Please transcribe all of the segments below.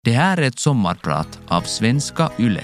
Det här är ett sommarprat av Svenska Yle.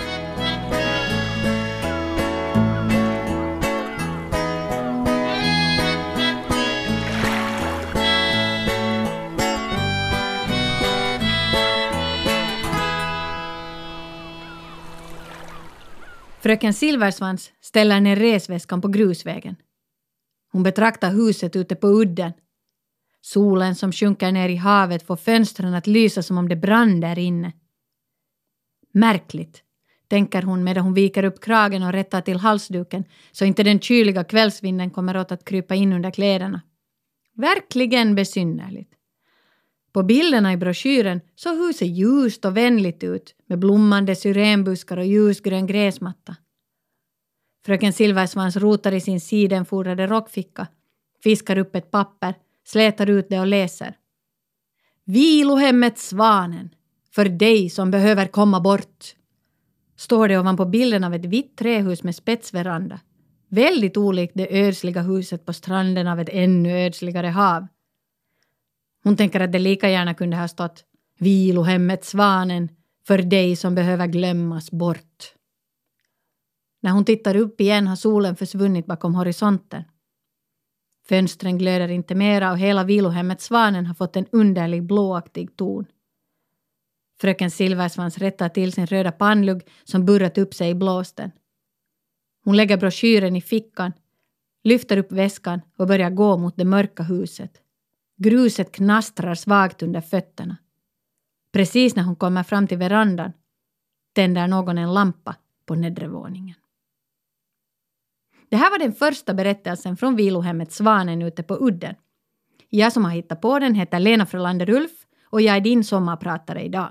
Fröken Silversvans ställer ner resväskan på grusvägen. Hon betraktar huset ute på udden. Solen som sjunker ner i havet får fönstren att lysa som om det brann där inne. Märkligt, tänker hon medan hon viker upp kragen och rättar till halsduken så inte den kyliga kvällsvinden kommer åt att krypa in under kläderna. Verkligen besynnerligt. På bilderna i broschyren såg huset ljust och vänligt ut med blommande syrenbuskar och ljusgrön gräsmatta. Fröken Silversvans rotar i sin sidenfordrade rockficka, fiskar upp ett papper, slätar ut det och läser. Vilohemmet Svanen, för dig som behöver komma bort. Står det ovanpå bilden av ett vitt trähus med spetsveranda. Väldigt olikt det ödsliga huset på stranden av ett ännu ödsligare hav. Hon tänker att det lika gärna kunde ha stått Vilohemmet Svanen, för dig som behöver glömmas bort. När hon tittar upp igen har solen försvunnit bakom horisonten. Fönstren glöder inte mera och hela vilohemmet Svanen har fått en underlig blåaktig ton. Fröken Silversvans rättar till sin röda pannlugg som burrat upp sig i blåsten. Hon lägger broschyren i fickan, lyfter upp väskan och börjar gå mot det mörka huset. Gruset knastrar svagt under fötterna. Precis när hon kommer fram till verandan tänder någon en lampa på nedre våningen. Det här var den första berättelsen från vilohemmet Svanen ute på udden. Jag som har hittat på den heter Lena Frölander Ulf och jag är din sommarpratare idag.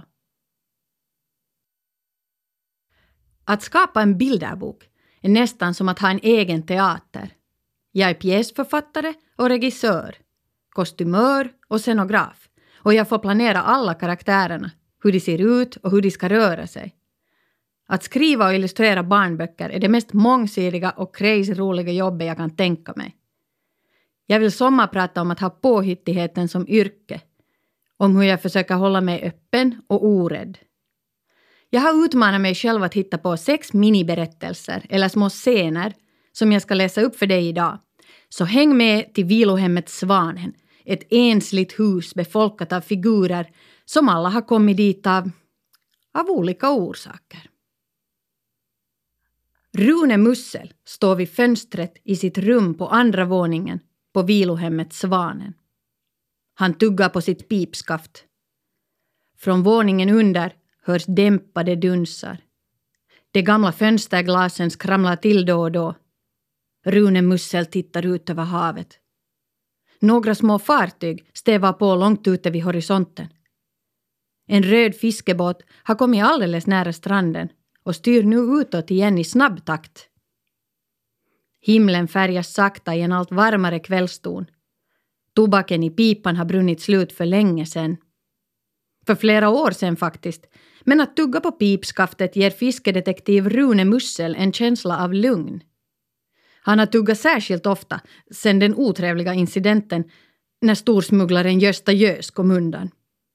Att skapa en bilderbok är nästan som att ha en egen teater. Jag är pjäsförfattare och regissör, kostymör och scenograf och jag får planera alla karaktärerna, hur de ser ut och hur de ska röra sig. Att skriva och illustrera barnböcker är det mest mångsidiga och crazy roliga jobbet jag kan tänka mig. Jag vill sommarprata om att ha påhittigheten som yrke. Om hur jag försöker hålla mig öppen och orädd. Jag har utmanat mig själv att hitta på 6 miniberättelser eller små scener som jag ska läsa upp för dig idag. Så häng med till vilohemmet Svanen. Ett ensligt hus befolkat av figurer som alla har kommit dit av olika orsaker. Rune Mussel står vid fönstret i sitt rum på andra våningen på vilohemmet Svanen. Han tuggar på sitt pipskaft. Från våningen under hörs dämpade dunsar. De gamla fönsterglasen skramlar till då och då. Rune Mussel tittar ut över havet. Några små fartyg stävar på långt ute vid horisonten. En röd fiskebåt har kommit alldeles nära stranden och styr nu utåt igen i snabb takt. Himlen färgas sakta i en allt varmare kvällston. Tobaken i pipan har brunnit slut för länge sedan. För flera år sedan faktiskt. Men att tugga på pipskaftet ger fiskedetektiv Rune Mussel en känsla av lugn. Han har tuggat särskilt ofta sedan den otrevliga incidenten när storsmugglaren Gösta Gös kom undan.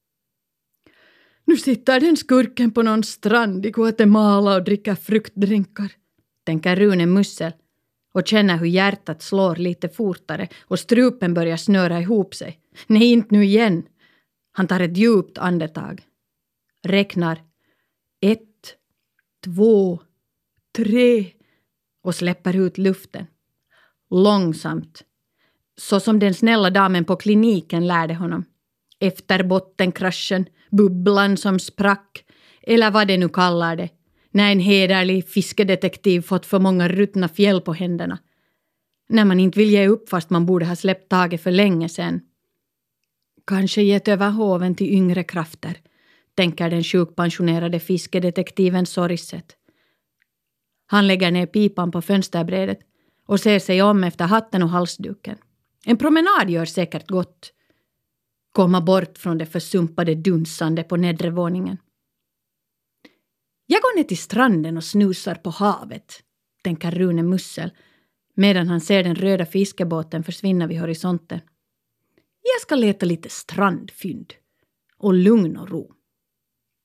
Nu sitter den skurken på någon strand i Guatemala och dricker fruktdrinkar, tänker Rune Mussel och känner hur hjärtat slår lite fortare och strupen börjar snöra ihop sig. Nej, inte nu igen. Han tar ett djupt andetag. Räknar 1, 2, 3 och släpper ut luften. Långsamt. Så som den snälla damen på kliniken lärde honom. Efter bottenkraschen, bubblan som sprack, eller vad det nu kallar det, när en hederlig fiskedetektiv fått för många ruttna fjäll på händerna. När man inte vill ge upp fast man borde ha släppt taget för länge sedan. Kanske gett över hoven till yngre krafter, tänker den sjukpensionerade fiskedetektiven sorgset. Han lägger ner pipan på fönsterbrädet och ser sig om efter hatten och halsduken. En promenad gör säkert gott. Komma bort från det försumpade dunsande på nedre våningen. Jag går ner till stranden och snusar på havet, tänker Rune Mussel, medan han ser den röda fiskebåten försvinna vid horisonten. Jag ska leta lite strandfynd och lugn och ro.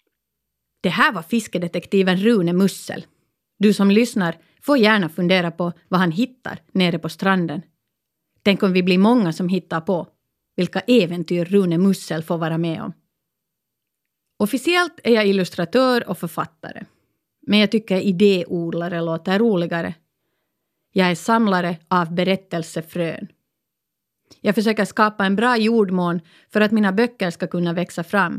Det här var fiskedetektiven Rune Mussel. Du som lyssnar får gärna fundera på vad han hittar nere på stranden. Tänk om vi blir många som hittar på vilka äventyr Rune Mussel får vara med om. Officiellt är jag illustratör och författare. Men jag tycker idéodlare låter roligare. Jag är samlare av berättelsefrön. Jag försöker skapa en bra jordmån för att mina böcker ska kunna växa fram.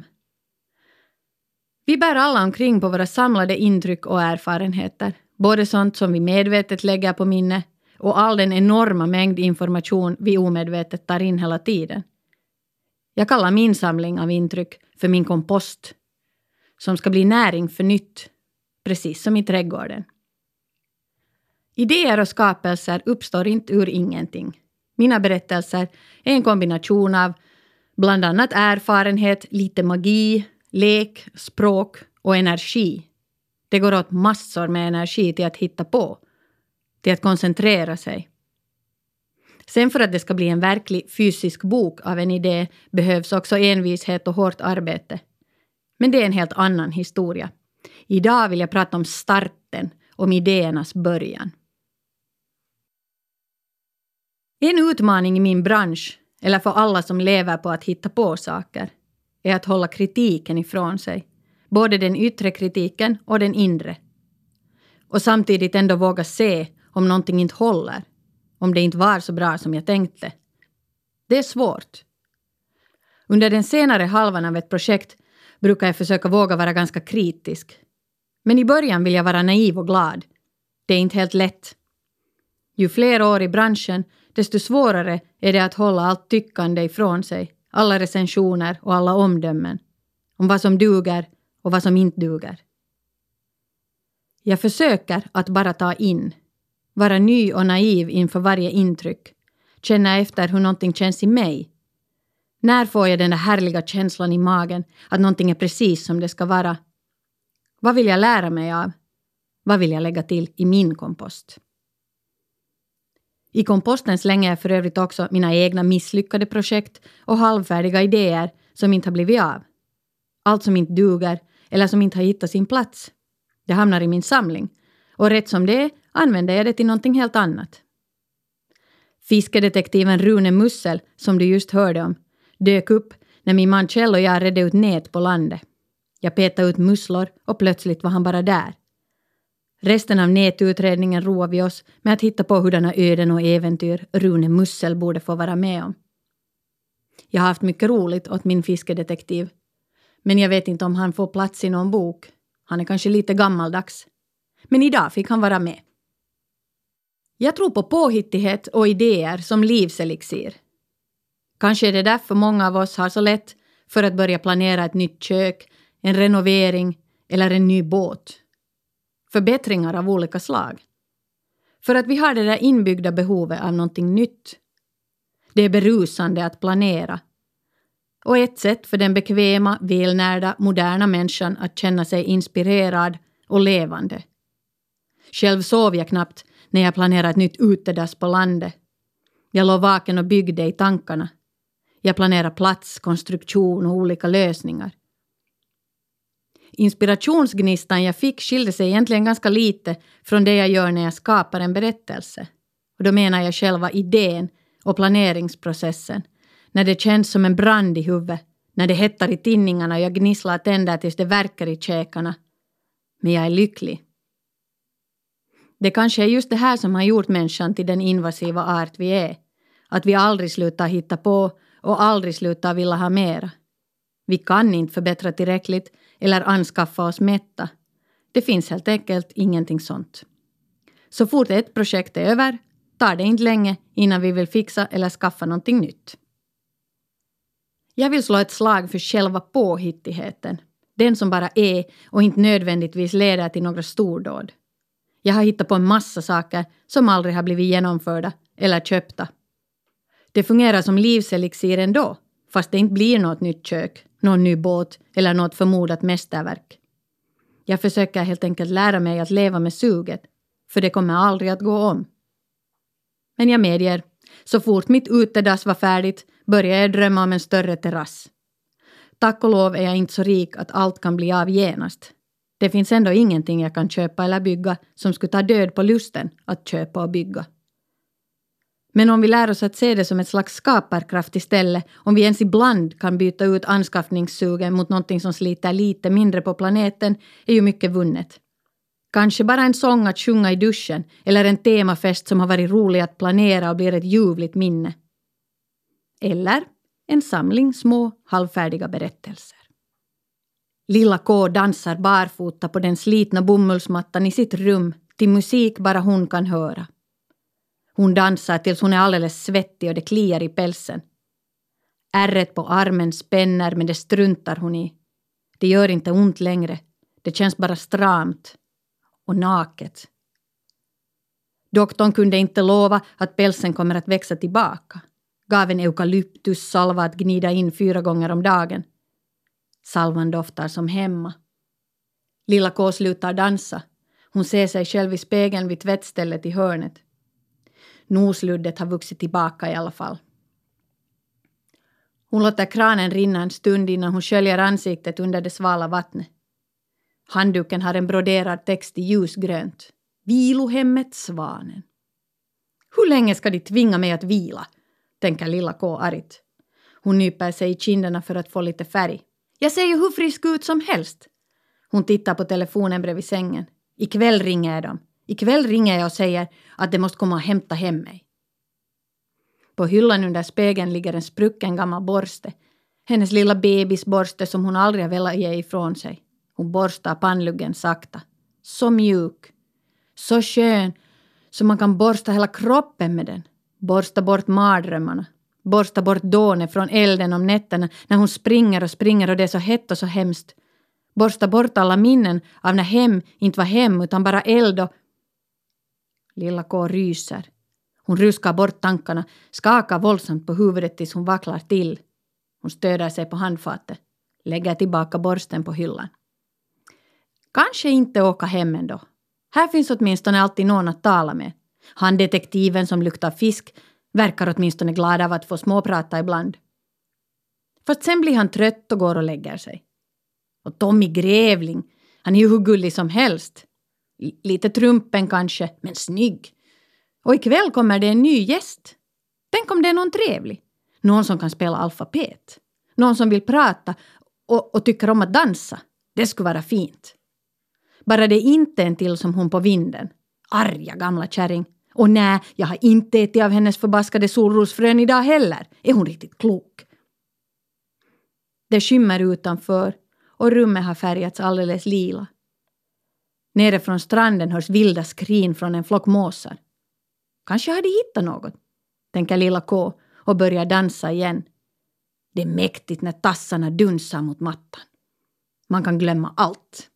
Vi bär alla omkring på våra samlade intryck och erfarenheter. Både sånt som vi medvetet lägger på minne och all den enorma mängd information vi omedvetet tar in hela tiden. Jag kallar min samling av intryck för min kompost, som ska bli näring för nytt, precis som i trädgården. Idéer och skapelser uppstår inte ur ingenting. Mina berättelser är en kombination av bland annat erfarenhet, lite magi, lek, språk och energi. Det går åt massor med energi till att hitta på, till att koncentrera sig. Sen för att det ska bli en verklig fysisk bok av en idé behövs också envishet och hårt arbete. Men det är en helt annan historia. Idag vill jag prata om starten, om idéernas början. En utmaning i min bransch, eller för alla som lever på att hitta på saker, är att hålla kritiken ifrån sig. Både den yttre kritiken och den inre. Och samtidigt ändå våga se om någonting inte håller. Om det inte var så bra som jag tänkte. Det är svårt. Under den senare halvan av ett projekt brukar jag försöka våga vara ganska kritisk. Men i början vill jag vara naiv och glad. Det är inte helt lätt. Ju fler år i branschen, desto svårare är det att hålla allt tyckande ifrån sig. Alla recensioner och alla omdömen. Om vad som duger och vad som inte duger. Jag försöker att bara ta in. Vara ny och naiv inför varje intryck. Känna efter hur någonting känns i mig. När får jag den där härliga känslan i magen att någonting är precis som det ska vara? Vad vill jag lära mig av? Vad vill jag lägga till i min kompost? I komposten slänger jag för övrigt också mina egna misslyckade projekt och halvfärdiga idéer som inte har blivit av. Allt som inte duger eller som inte har hittat sin plats. Det hamnar i min samling. Och rätt som det är använder jag det till någonting helt annat. Fiskedetektiven Rune Mussel, som du just hörde om, dök upp när min man Kjell och jag redde ut nät på landet. Jag petade ut musslor och plötsligt var han bara där. Resten av nätutredningen roade vi oss med att hitta på hurdana öden och äventyr Rune Mussel borde få vara med om. Jag har haft mycket roligt åt min fiskedetektiv. Men jag vet inte om han får plats i någon bok. Han är kanske lite gammaldags. Men idag fick han vara med. Jag tror på påhittighet och idéer som livselixir. Kanske är det därför många av oss har så lätt för att börja planera ett nytt kök, en renovering eller en ny båt. Förbättringar av olika slag. För att vi har det där inbyggda behovet av någonting nytt. Det är berusande att planera. Och ett sätt för den bekväma, välnärda, moderna människan att känna sig inspirerad och levande. Själv sov jag knappt när jag planerade ett nytt utedass på landet. Jag låg vaken och byggde i tankarna. Jag planerade plats, konstruktion och olika lösningar. Inspirationsgnistan jag fick skilde sig egentligen ganska lite från det jag gör när jag skapar en berättelse. Och då menar jag själva idén och planeringsprocessen. När det känns som en brand i huvudet. När det hettar i tinningarna och jag gnisslar tänder tills det verkar i käkarna. Men jag är lycklig. Det kanske är just det här som har gjort människan till den invasiva art vi är. Att vi aldrig slutar hitta på och aldrig slutar vilja ha mera. Vi kan inte förbättra tillräckligt eller anskaffa oss mätta. Det finns helt enkelt ingenting sånt. Så fort ett projekt är över tar det inte länge innan vi vill fixa eller skaffa någonting nytt. Jag vill slå ett slag för själva påhittigheten. Den som bara är och inte nödvändigtvis leder till några stordåd. Jag har hittat på en massa saker som aldrig har blivit genomförda eller köpta. Det fungerar som livselixir ändå, fast det inte blir något nytt kök, någon ny båt eller något förmodat mästerverk. Jag försöker helt enkelt lära mig att leva med suget, för det kommer aldrig att gå om. Men jag medger, så fort mitt utedass var färdigt började jag drömma om en större terrass. Tack och lov är jag inte så rik att allt kan bli av genast. Det finns ändå ingenting jag kan köpa eller bygga som skulle ta död på lusten att köpa och bygga. Men om vi lär oss att se det som ett slags skaparkraft istället, om vi ens ibland kan byta ut anskaffningssugen mot någonting som sliter lite mindre på planeten, är ju mycket vunnet. Kanske bara en sång att sjunga i duschen eller en temafest som har varit rolig att planera och blir ett ljuvligt minne. Eller en samling små halvfärdiga berättelser. Lilla K dansar barfota på den slitna bomullsmattan i sitt rum till musik bara hon kan höra. Hon dansar tills hon är alldeles svettig och det kliar i pälsen. Ärret på armen spänner men det struntar hon i. Det gör inte ont längre. Det känns bara stramt och naket. Doktorn kunde inte lova att pälsen kommer att växa tillbaka. Gav en eukalyptussalva att gnida in 4 gånger om dagen. Salvan doftar som hemma. Lilla K slutar dansa. Hon ser sig själv i spegeln vid tvättstället i hörnet. Nosluddet har vuxit tillbaka i alla fall. Hon låter kranen rinna en stund innan hon sköljer ansiktet under det svala vattnet. Handduken har en broderad text i ljusgrönt. Vilohemmet Svanen. Hur länge ska de tvinga mig att vila? Tänker Lilla K argt. Hon nyper sig i kinderna för att få lite färg. Jag ser ju hur frisk ut som helst. Hon tittar på telefonen bredvid sängen. Ikväll ringer de. Ikväll ringer jag och säger att de måste komma och hämta hem mig. På hyllan under spegeln ligger en sprucken gammal borste. Hennes lilla bebisborste som hon aldrig har velat ge ifrån sig. Hon borstar pannluggen sakta. Så mjuk. Så skön. Så man kan borsta hela kroppen med den. Borsta bort mardrömmarna. Borsta bort dånet från elden om nätterna när hon springer och det är så hett och så hemskt. Borsta bort alla minnen av när hem inte var hem utan bara eld och... Lilla K ryser. Hon ruskar bort tankarna, skakar våldsamt på huvudet tills hon vacklar till. Hon stöder sig på handfatet, lägger tillbaka borsten på hyllan. Kanske inte åka hem ändå. Här finns åtminstone alltid någon att tala med. Han detektiven som luktar fisk verkar åtminstone glad av att få småprata ibland. Fast sen blir han trött och går och lägger sig. Och Tommy Grävling, han är ju hur gullig som helst. Lite trumpen kanske, men snygg. Och ikväll kommer det en ny gäst. Tänk om det är någon trevlig. Någon som kan spela alfabet. Någon som vill prata och tycker om att dansa. Det skulle vara fint. Bara det inte en till som hon på vinden. Arga gamla kärring. Och nej, jag har inte ätit av hennes förbaskade solrosfrön idag heller. Är hon riktigt klok? Det skymmer utanför och rummet har färgats alldeles lila. Nere från stranden hörs vilda skrin från en flock måsar. Kanske har de hittat något, tänker Lilla K och börjar dansa igen. Det är mäktigt när tassarna dunsar mot mattan. Man kan glömma allt.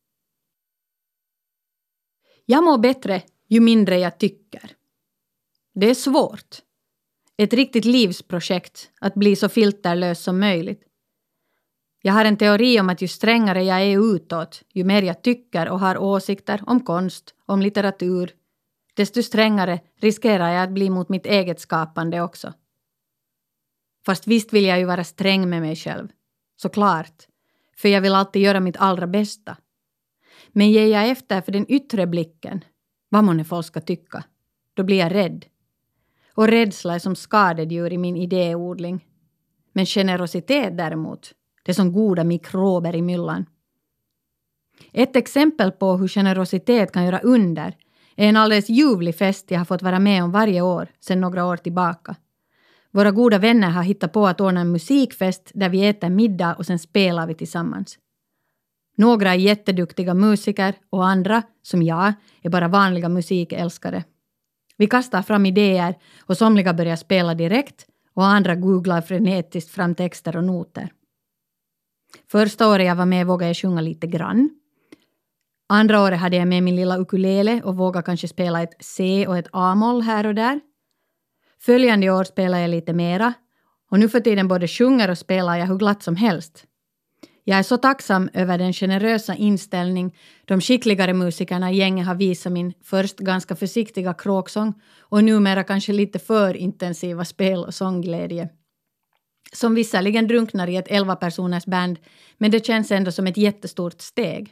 Jag mår bättre ju mindre jag tycker. Det är svårt. Ett riktigt livsprojekt att bli så filterlös som möjligt. Jag har en teori om att ju strängare jag är utåt, ju mer jag tycker och har åsikter om konst, om litteratur, desto strängare riskerar jag att bli mot mitt eget skapande också. Fast visst vill jag ju vara sträng med mig själv. Såklart. För jag vill alltid göra mitt allra bästa. Men ger jag efter för den yttre blicken, vad månne folk ska tycka, då blir jag rädd. Och rädsla är som skadedjur i min idéodling. Men generositet däremot, det är som goda mikrober i myllan. Ett exempel på hur generositet kan göra under är en alldeles ljuvlig fest jag har fått vara med om varje år sedan några år tillbaka. Våra goda vänner har hittat på att ordna en musikfest där vi äter middag och sen spelar vi tillsammans. Några är jätteduktiga musiker och andra, som jag, är bara vanliga musikälskare. Vi kastar fram idéer och somliga börjar spela direkt och andra googlar frenetiskt fram texter och noter. Första året jag var med vågade jag sjunga lite grann. Andra året hade jag med min lilla ukulele och vågade kanske spela ett C- och ett A-moll här och där. Följande år spelar jag lite mera och nu för tiden både sjunger och spelar jag hur glatt som helst. Jag är så tacksam över den generösa inställning de skickligare musikerna i gänget har visat min först ganska försiktiga kråksång och numera kanske lite för intensiva spel- och sångglädje. Som visserligen drunknar i ett 11-personers band, men det känns ändå som ett jättestort steg.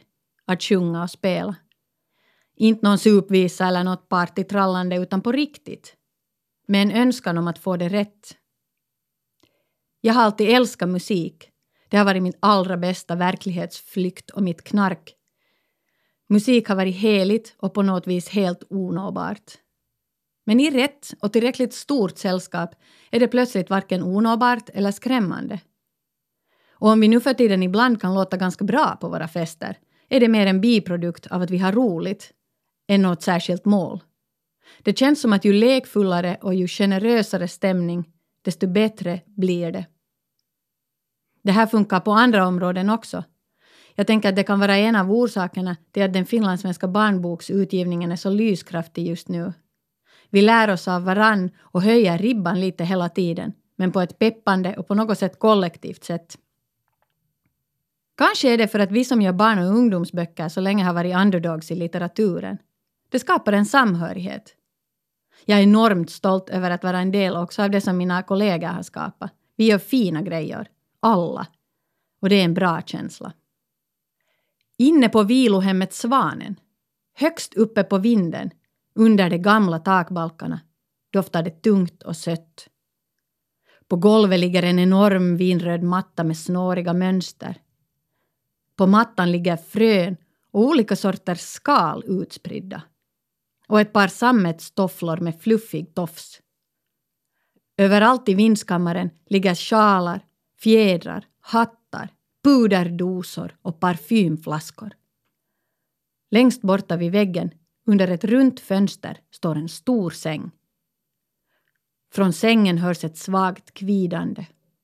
att sjunga och spela. Inte någon supvisa eller något partytrallande utan på riktigt. Med en önskan om att få det rätt. Jag har alltid älskat musik. Det har varit min allra bästa verklighetsflykt och mitt knark. Musik har varit heligt och på något vis helt onåbart. Men i rätt och tillräckligt stort sällskap är det plötsligt varken onåbart eller skrämmande. Och om vi nu för tiden ibland kan låta ganska bra på våra fester är det mer en biprodukt av att vi har roligt än något särskilt mål. Det känns som att ju lekfullare och ju generösare stämning, desto bättre blir det. Det här funkar på andra områden också. Jag tänker att det kan vara en av orsakerna till att den finlandssvenska barnboksutgivningen är så lyskraftig just nu. Vi lär oss av varann och höjer ribban lite hela tiden, men på ett peppande och på något sätt kollektivt sätt. Kanske är det för att vi som gör barn- och ungdomsböcker så länge har varit underdogs i litteraturen. Det skapar en samhörighet. Jag är enormt stolt över att vara en del också av det som mina kollegor har skapat. Vi gör fina grejer. Alla. Och det är en bra känsla. Inne på vilohemmet Svanen. Högst uppe på vinden. Under de gamla takbalkarna. Doftar det tungt och sött. På golvet ligger en enorm vinröd matta med snåriga mönster. På mattan ligger frön och olika sorters skal utspridda. Och ett par sammetstofflor med fluffig tofs. Överallt i vindskammaren ligger sjalar, fjädrar, hattar, puderdosor och parfymflaskor. Längst borta vid väggen, under ett runt fönster, står en stor säng. Från sängen hörs ett svagt kvidande.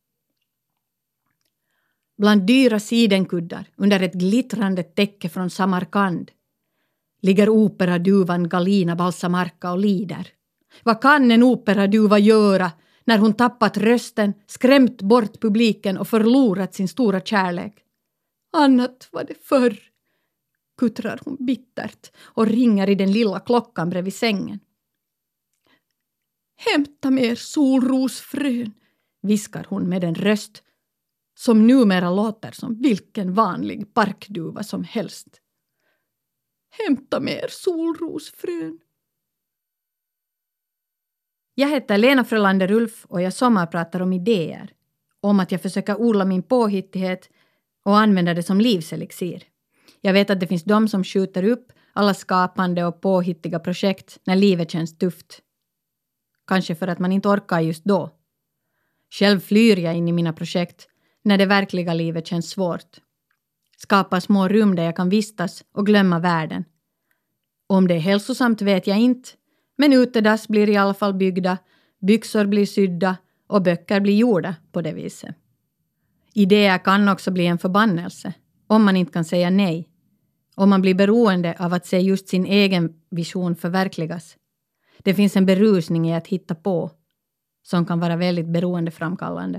Bland dyra sidenkuddar, under ett glittrande täcke från Samarkand, ligger operaduvan Galina Balsamarka och lider. Vad kan en operaduva göra när hon tappat rösten, skrämt bort publiken och förlorat sin stora kärlek? Annat var det förr, kuttrar hon bittert och ringer i den lilla klockan bredvid sängen. Hämta mer solrosfrön, viskar hon med en röst som numera låter som vilken vanlig parkduva som helst. Hämta mer solrosfrön. Jag heter Lena Frölander Ulf och jag sommarpratar om idéer. Om att jag försöker odla min påhittighet och använda det som livselixir. Jag vet att det finns de som skjuter upp alla skapande och påhittiga projekt när livet känns tufft. Kanske för att man inte orkar just då. Själv flyr jag in i mina projekt när det verkliga livet känns svårt. Skapa små rum där jag kan vistas och glömma världen. Om det är hälsosamt vet jag inte, men utedass blir i alla fall byggda, byxor blir sydda och böcker blir gjorda på det viset. Idéer kan också bli en förbannelse, om man inte kan säga nej. Om man blir beroende av att se just sin egen vision förverkligas. Det finns en berusning i att hitta på, som kan vara väldigt beroendeframkallande.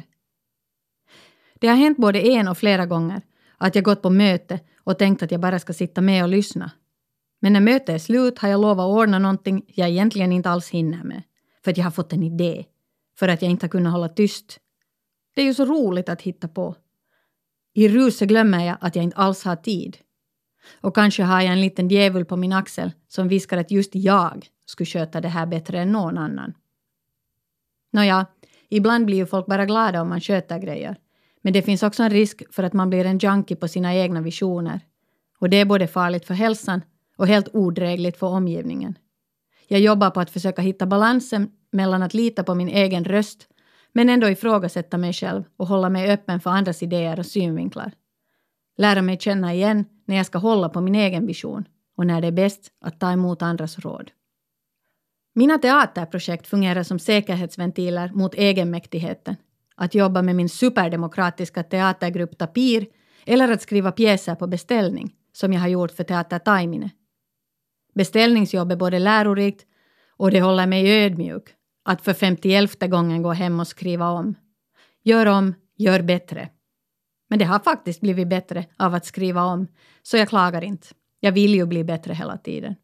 Det har hänt både en och flera gånger att jag gått på möte och tänkt att jag bara ska sitta med och lyssna. Men när mötet är slut har jag lovat att ordna någonting jag egentligen inte alls hinner med. För att jag har fått en idé. För att jag inte har kunnat hålla tyst. Det är ju så roligt att hitta på. I ruset glömmer jag att jag inte alls har tid. Och kanske har jag en liten djävul på min axel som viskar att just jag skulle sköta det här bättre än någon annan. Nåja, ibland blir ju folk bara glada om man sköter grejer. Men det finns också en risk för att man blir en junkie på sina egna visioner. Och det är både farligt för hälsan och helt odrägligt för omgivningen. Jag jobbar på att försöka hitta balansen mellan att lita på min egen röst men ändå ifrågasätta mig själv och hålla mig öppen för andras idéer och synvinklar. Lära mig känna igen när jag ska hålla på min egen vision och när det är bäst att ta emot andras råd. Mina teaterprojekt fungerar som säkerhetsventiler mot egenmäktigheten. Att jobba med min superdemokratiska teatergrupp Tapir eller att skriva pjäser på beställning som jag har gjort för Teater Taimine. Beställningsjobb är både lärorikt och det håller mig ödmjuk att för 51:e gången gå hem och skriva om. Gör bättre. Men det har faktiskt blivit bättre av att skriva om, så jag klagar inte. Jag vill ju bli bättre hela tiden.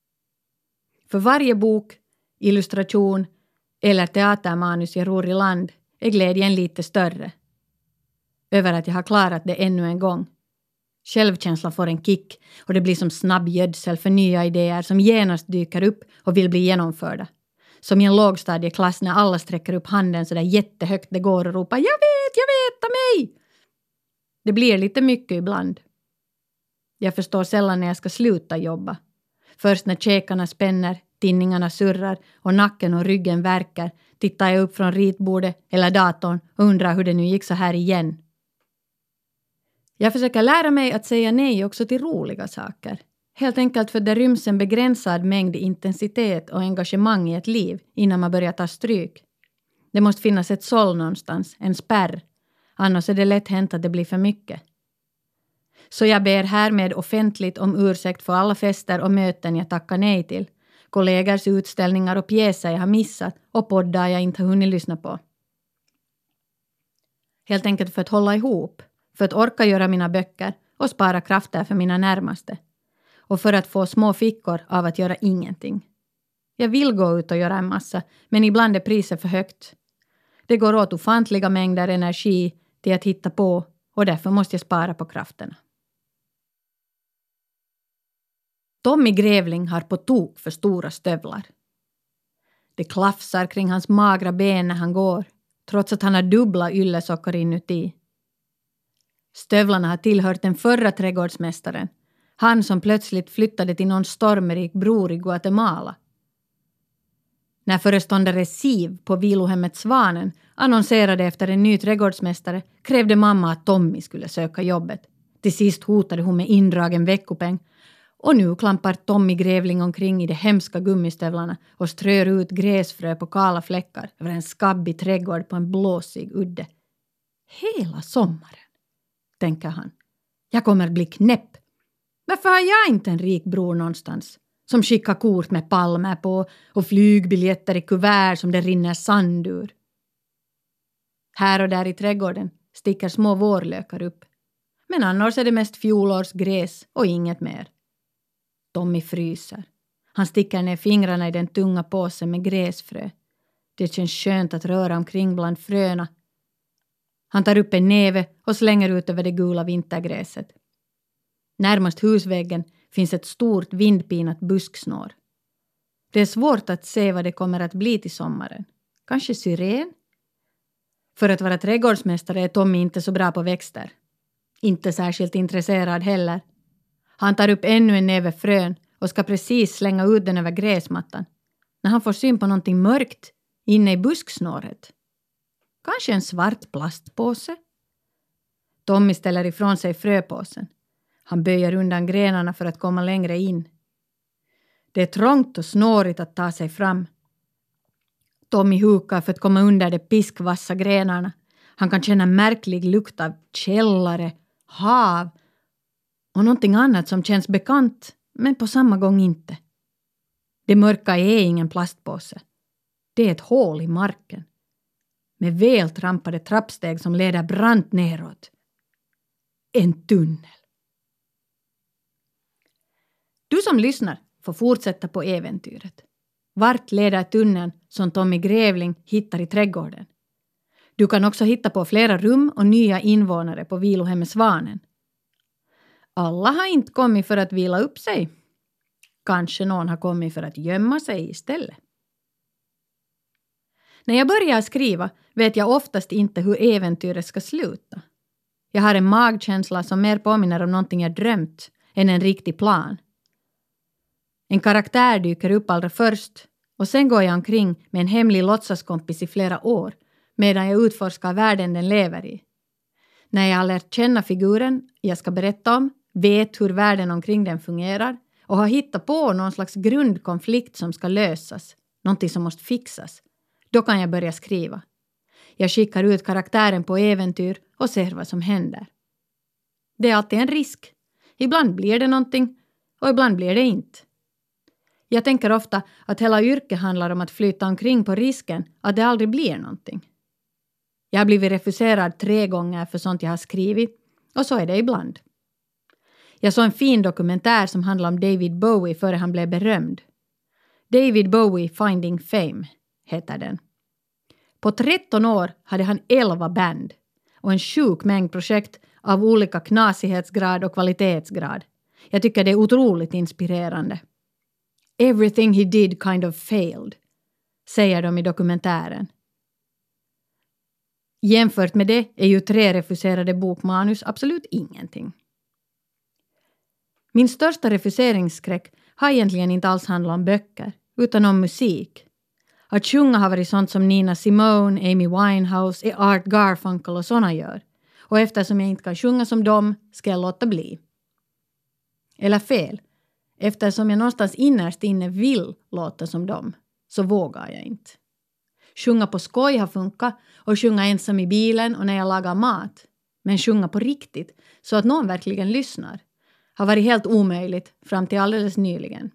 För varje bok, illustration eller teatermanus jag ror i land är glädjen lite större. Över att jag har klarat det ännu en gång. Självkänslan får en kick och det blir som snabb gödsel för nya idéer som genast dyker upp och vill bli genomförda. Som i en lågstadieklass när alla sträcker upp handen så där jättehögt det går och ropar jag vet, ta mig! Det blir lite mycket ibland. Jag förstår sällan när jag ska sluta jobba. Först när käkarna spänner, tinningarna surrar och nacken och ryggen värker tittar jag upp från ritbordet eller datorn och undrar hur det nu gick så här igen. Jag försöker lära mig att säga nej också till roliga saker. Helt enkelt för det ryms en begränsad mängd intensitet och engagemang i ett liv innan man börjar ta stryk. Det måste finnas ett såll någonstans, en spärr. Annars är det lätt hänt att det blir för mycket. Så jag ber härmed offentligt om ursäkt för alla fester och möten jag tackar nej till. Kollegors utställningar och pjäser jag har missat och poddar jag inte har hunnit lyssna på. Helt enkelt för att hålla ihop, för att orka göra mina böcker och spara krafter för mina närmaste. Och för att få små fickor av att göra ingenting. Jag vill gå ut och göra en massa, men ibland är priset för högt. Det går åt ofantliga mängder energi till att hitta på och därför måste jag spara på krafterna. Tommy Grävling har på tok för stora stövlar. Det klafsar kring hans magra ben när han går, trots att han har dubbla yllesockor inuti. Stövlarna har tillhört den förra trädgårdsmästaren, han som plötsligt flyttade till någon stormrik bror i Guatemala. När föreståndare Siv på vilohemmet Svanen annonserade efter en ny trädgårdsmästare krävde mamma att Tommy skulle söka jobbet. Till sist hotade hon med indragen veckopeng. Och nu klampar Tommy Grävling omkring i de hemska gummistövlarna och strör ut gräsfrö på kala fläckar över en skabbig trädgård på en blåsig udde. Hela sommaren, tänker han. Jag kommer bli knäpp. Varför har jag inte en rik bror någonstans som skickar kort med palmer på och flygbiljetter i kuvert som det rinner sand ur? Här och där i trädgården sticker små vårlökar upp. Men annars är det mest fjolårsgräs och inget mer. Tommy fryser. Han sticker ner fingrarna i den tunga påsen med gräsfrö. Det känns skönt att röra omkring bland fröna. Han tar upp en näve och slänger ut över det gula vintergräset. Närmast husväggen finns ett stort vindpinat busksnår. Det är svårt att se vad det kommer att bli till sommaren. Kanske syren? För att vara trädgårdsmästare är Tommy inte så bra på växter. Inte särskilt intresserad heller. Han tar upp ännu en näve frön och ska precis slänga ut den över gräsmattan. När han får syn på någonting mörkt inne i busksnåret. Kanske en svart plastpåse? Tommy ställer ifrån sig fröpåsen. Han böjer undan grenarna för att komma längre in. Det är trångt och snårigt att ta sig fram. Tommy hukar för att komma under de piskvassa grenarna. Han kan känna märklig lukt av källare, hav och någonting annat som känns bekant, men på samma gång inte. Det mörka är ingen plastpåse. Det är ett hål i marken. Med vältrampade trappsteg som leder brant neråt. En tunnel. Du som lyssnar får fortsätta på äventyret. Vart leder tunneln som Tommy Grävling hittar i trädgården? Du kan också hitta på flera rum och nya invånare på vilohemmet Svanen. Alla har inte kommit för att vila upp sig. Kanske någon har kommit för att gömma sig istället. När jag börjar skriva vet jag oftast inte hur äventyret ska sluta. Jag har en magkänsla som mer påminner om någonting jag drömt än en riktig plan. En karaktär dyker upp allra först och sen går jag omkring med en hemlig låtsaskompis i flera år medan jag utforskar världen den lever i. När jag har lärt känna figuren jag ska berätta om, vet hur världen omkring den fungerar och har hittat på någon slags grundkonflikt som ska lösas, någonting som måste fixas, då kan jag börja skriva. Jag skickar ut karaktären på äventyr och ser vad som händer. Det är alltid en risk. Ibland blir det någonting och ibland blir det inte. Jag tänker ofta att hela yrket handlar om att flytta omkring på risken att det aldrig blir någonting. Jag har blivit refuserad 3 gånger för sånt jag har skrivit och så är det ibland. Jag såg en fin dokumentär som handlar om David Bowie före han blev berömd. David Bowie Finding Fame heter den. På 13 år hade han 11 band och en sjuk mängd projekt, av olika knasighetsgrad och kvalitetsgrad. Jag tycker det är otroligt inspirerande. Everything he did kind of failed, säger de i dokumentären. Jämfört med det är ju 3 refuserade bokmanus absolut ingenting. Min största refuseringsskräck har egentligen inte alls handlat om böcker, utan om musik. Att sjunga har varit sånt som Nina Simone, Amy Winehouse, Art Garfunkel och såna gör. Och eftersom jag inte kan sjunga som dem ska jag låta bli. Eller fel. Eftersom jag någonstans innerst inne vill låta som dem, så vågar jag inte. Sjunga på skoj har funkat och sjunga ensam i bilen och när jag lagar mat. Men sjunga på riktigt så att någon verkligen lyssnar har varit helt omöjligt fram till alldeles nyligen.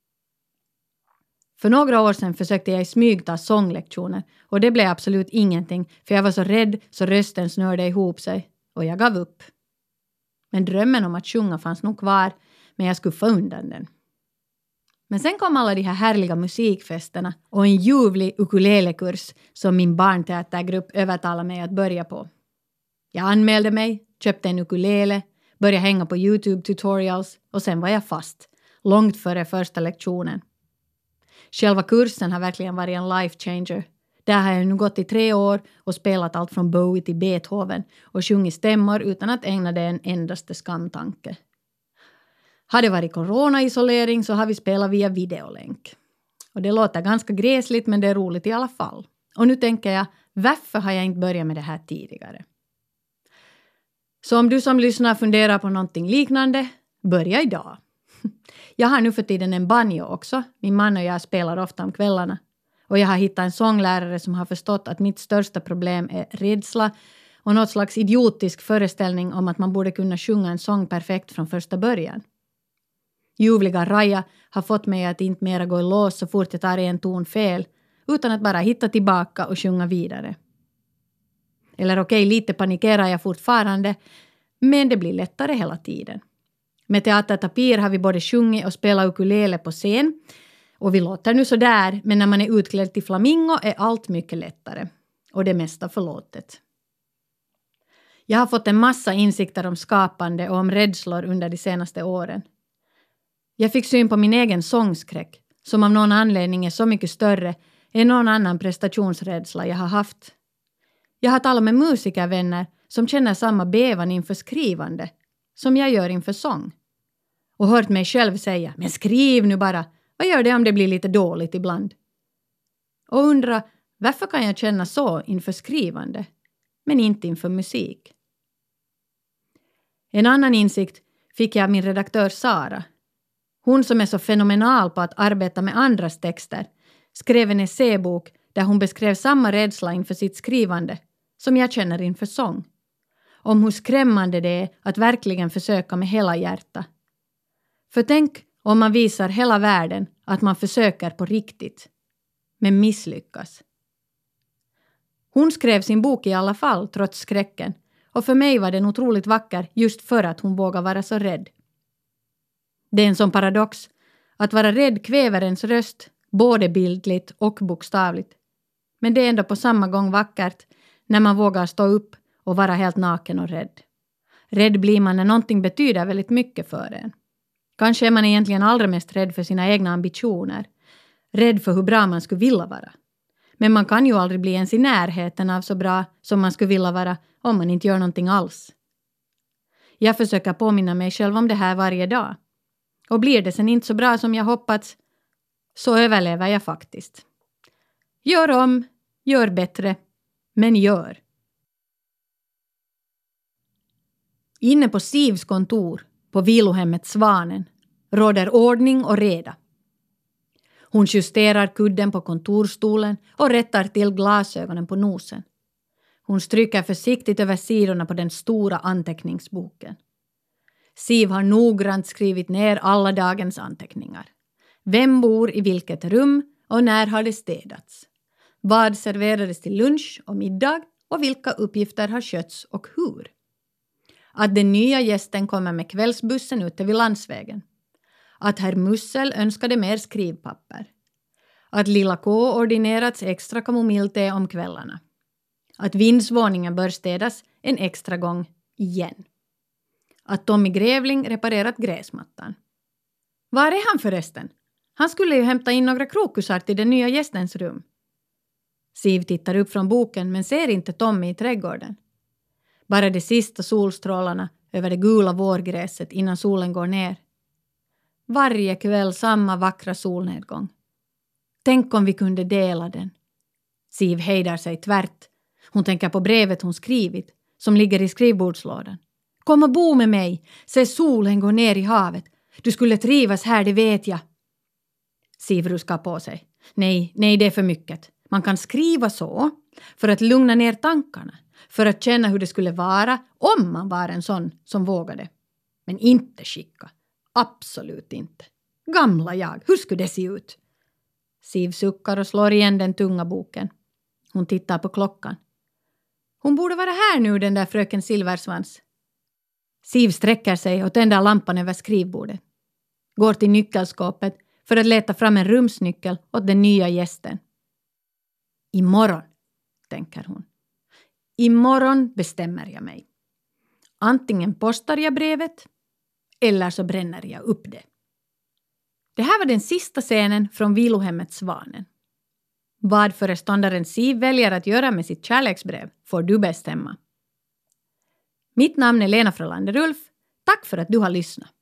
För några år sedan försökte jag i smyg ta sånglektioner och det blev absolut ingenting för jag var så rädd så rösten snörde ihop sig och jag gav upp. Men drömmen om att sjunga fanns nog kvar men jag skuffade undan den. Men sen kom alla de här härliga musikfesterna och en ljuvlig ukulelekurs som min barnteatergrupp övertalade mig att börja på. Jag anmälde mig, köpte en ukulele, började hänga på YouTube-tutorials och sen var jag fast, långt före första lektionen. Själva kursen har verkligen varit en life changer. Där har jag nu gått i 3 år och spelat allt från Bowie till Beethoven och sjungit stämmor utan att ägna det en endaste skamtanke. Har det varit corona-isolering så har vi spelat via videolänk. Och det låter ganska gräsligt men det är roligt i alla fall. Och nu tänker jag, varför har jag inte börjat med det här tidigare? Så om du som lyssnar funderar på någonting liknande, börja idag. Jag har nu för tiden en banjo också. Min man och jag spelar ofta om kvällarna. Och jag har hittat en sånglärare som har förstått att mitt största problem är rädsla och något slags idiotisk föreställning om att man borde kunna sjunga en sång perfekt från första början. Ljuvliga Raja har fått mig att inte mera gå i lås så fort jag tar en ton fel, utan att bara hitta tillbaka och sjunga vidare. Eller okej, lite panikerar jag fortfarande, men det blir lättare hela tiden. Med Teater Tapir har vi både sjungit och spelat ukulele på scen. Och vi låter nu så där, men när man är utklädd till flamingo är allt mycket lättare. Och det mesta förlåtet. Jag har fått en massa insikter om skapande och om rädslor under de senaste åren. Jag fick syn på min egen sångskräck, som av någon anledning är så mycket större än någon annan prestationsrädsla jag har haft. Jag har talat med musikervänner som känner samma bävan inför skrivande som jag gör inför sång. Och hört mig själv säga, men skriv nu bara, vad gör det om det blir lite dåligt ibland? Och undra, varför kan jag känna så inför skrivande, men inte inför musik? En annan insikt fick jag av min redaktör Sara. Hon som är så fenomenal på att arbeta med andras texter skrev en essäbok där hon beskrev samma rädsla inför sitt skrivande som jag känner inför sång. Om hur skrämmande det är att verkligen försöka med hela hjärta. För tänk om man visar hela världen att man försöker på riktigt, men misslyckas. Hon skrev sin bok i alla fall trots skräcken och för mig var den otroligt vacker just för att hon vågar vara så rädd. Det är en sån paradox att vara rädd kväver ens röst både bildligt och bokstavligt. Men det är ändå på samma gång vackert när man vågar stå upp och vara helt naken och rädd. Rädd blir man när någonting betyder väldigt mycket för en. Kanske är man egentligen allra mest rädd för sina egna ambitioner. Rädd för hur bra man skulle vilja vara. Men man kan ju aldrig bli ens i närheten av så bra som man skulle vilja vara om man inte gör någonting alls. Jag försöker påminna mig själv om det här varje dag. Och blir det sen inte så bra som jag hoppats så överlever jag faktiskt. Gör om, gör bättre, men gör. Inne på Sivs kontor på vilohemmet Svanen råder ordning och reda. Hon justerar kudden på kontorstolen och rättar till glasögonen på nosen. Hon stryker försiktigt över sidorna på den stora anteckningsboken. Siv har noggrant skrivit ner alla dagens anteckningar. Vem bor i vilket rum och när har det städats? Vad serverades till lunch och middag och vilka uppgifter har skötts och hur? Att den nya gästen kommer med kvällsbussen ute vid landsvägen. Att herr Mussel önskade mer skrivpapper. Att lilla K ordinerats extra kamomillte om kvällarna. Att vindsvåningen bör städas en extra gång igen. att Tommy Grävling reparerat gräsmattan. Var är han förresten? Han skulle ju hämta in några krokusar till den nya gästens rum. Siv tittar upp från boken men ser inte Tommy i trädgården. Bara de sista solstrålarna över det gula vårgräset innan solen går ner. Varje kväll samma vackra solnedgång. Tänk om vi kunde dela den. Siv hejdar sig tvärt. Hon tänker på brevet hon skrivit, som ligger i skrivbordslådan. Kom och bo med mig, se solen gå ner i havet. Du skulle trivas här, det vet jag. Siv ruskar på sig. Nej, det är för mycket. Man kan skriva så för att lugna ner tankarna. För att känna hur det skulle vara om man var en sån som vågade. Men inte skicka. Absolut inte. Gamla jag, hur skulle det se ut? Siv suckar och slår igen den tunga boken. Hon tittar på klockan. Hon borde vara här nu, den där fröken Silversvans. Siv sträcker sig och tänder lampan över skrivbordet. Går till nyckelskåpet för att leta fram en rumsnyckel åt den nya gästen. Imorgon, tänker hon. Imorgon bestämmer jag mig. Antingen postar jag brevet eller så bränner jag upp det. Det här var den sista scenen från vilohemmet Svanen. Vad föreståndaren Siv väljer att göra med sitt kärleksbrev får du bestämma. Mitt namn är Lena Frölander Ulf. Tack för att du har lyssnat.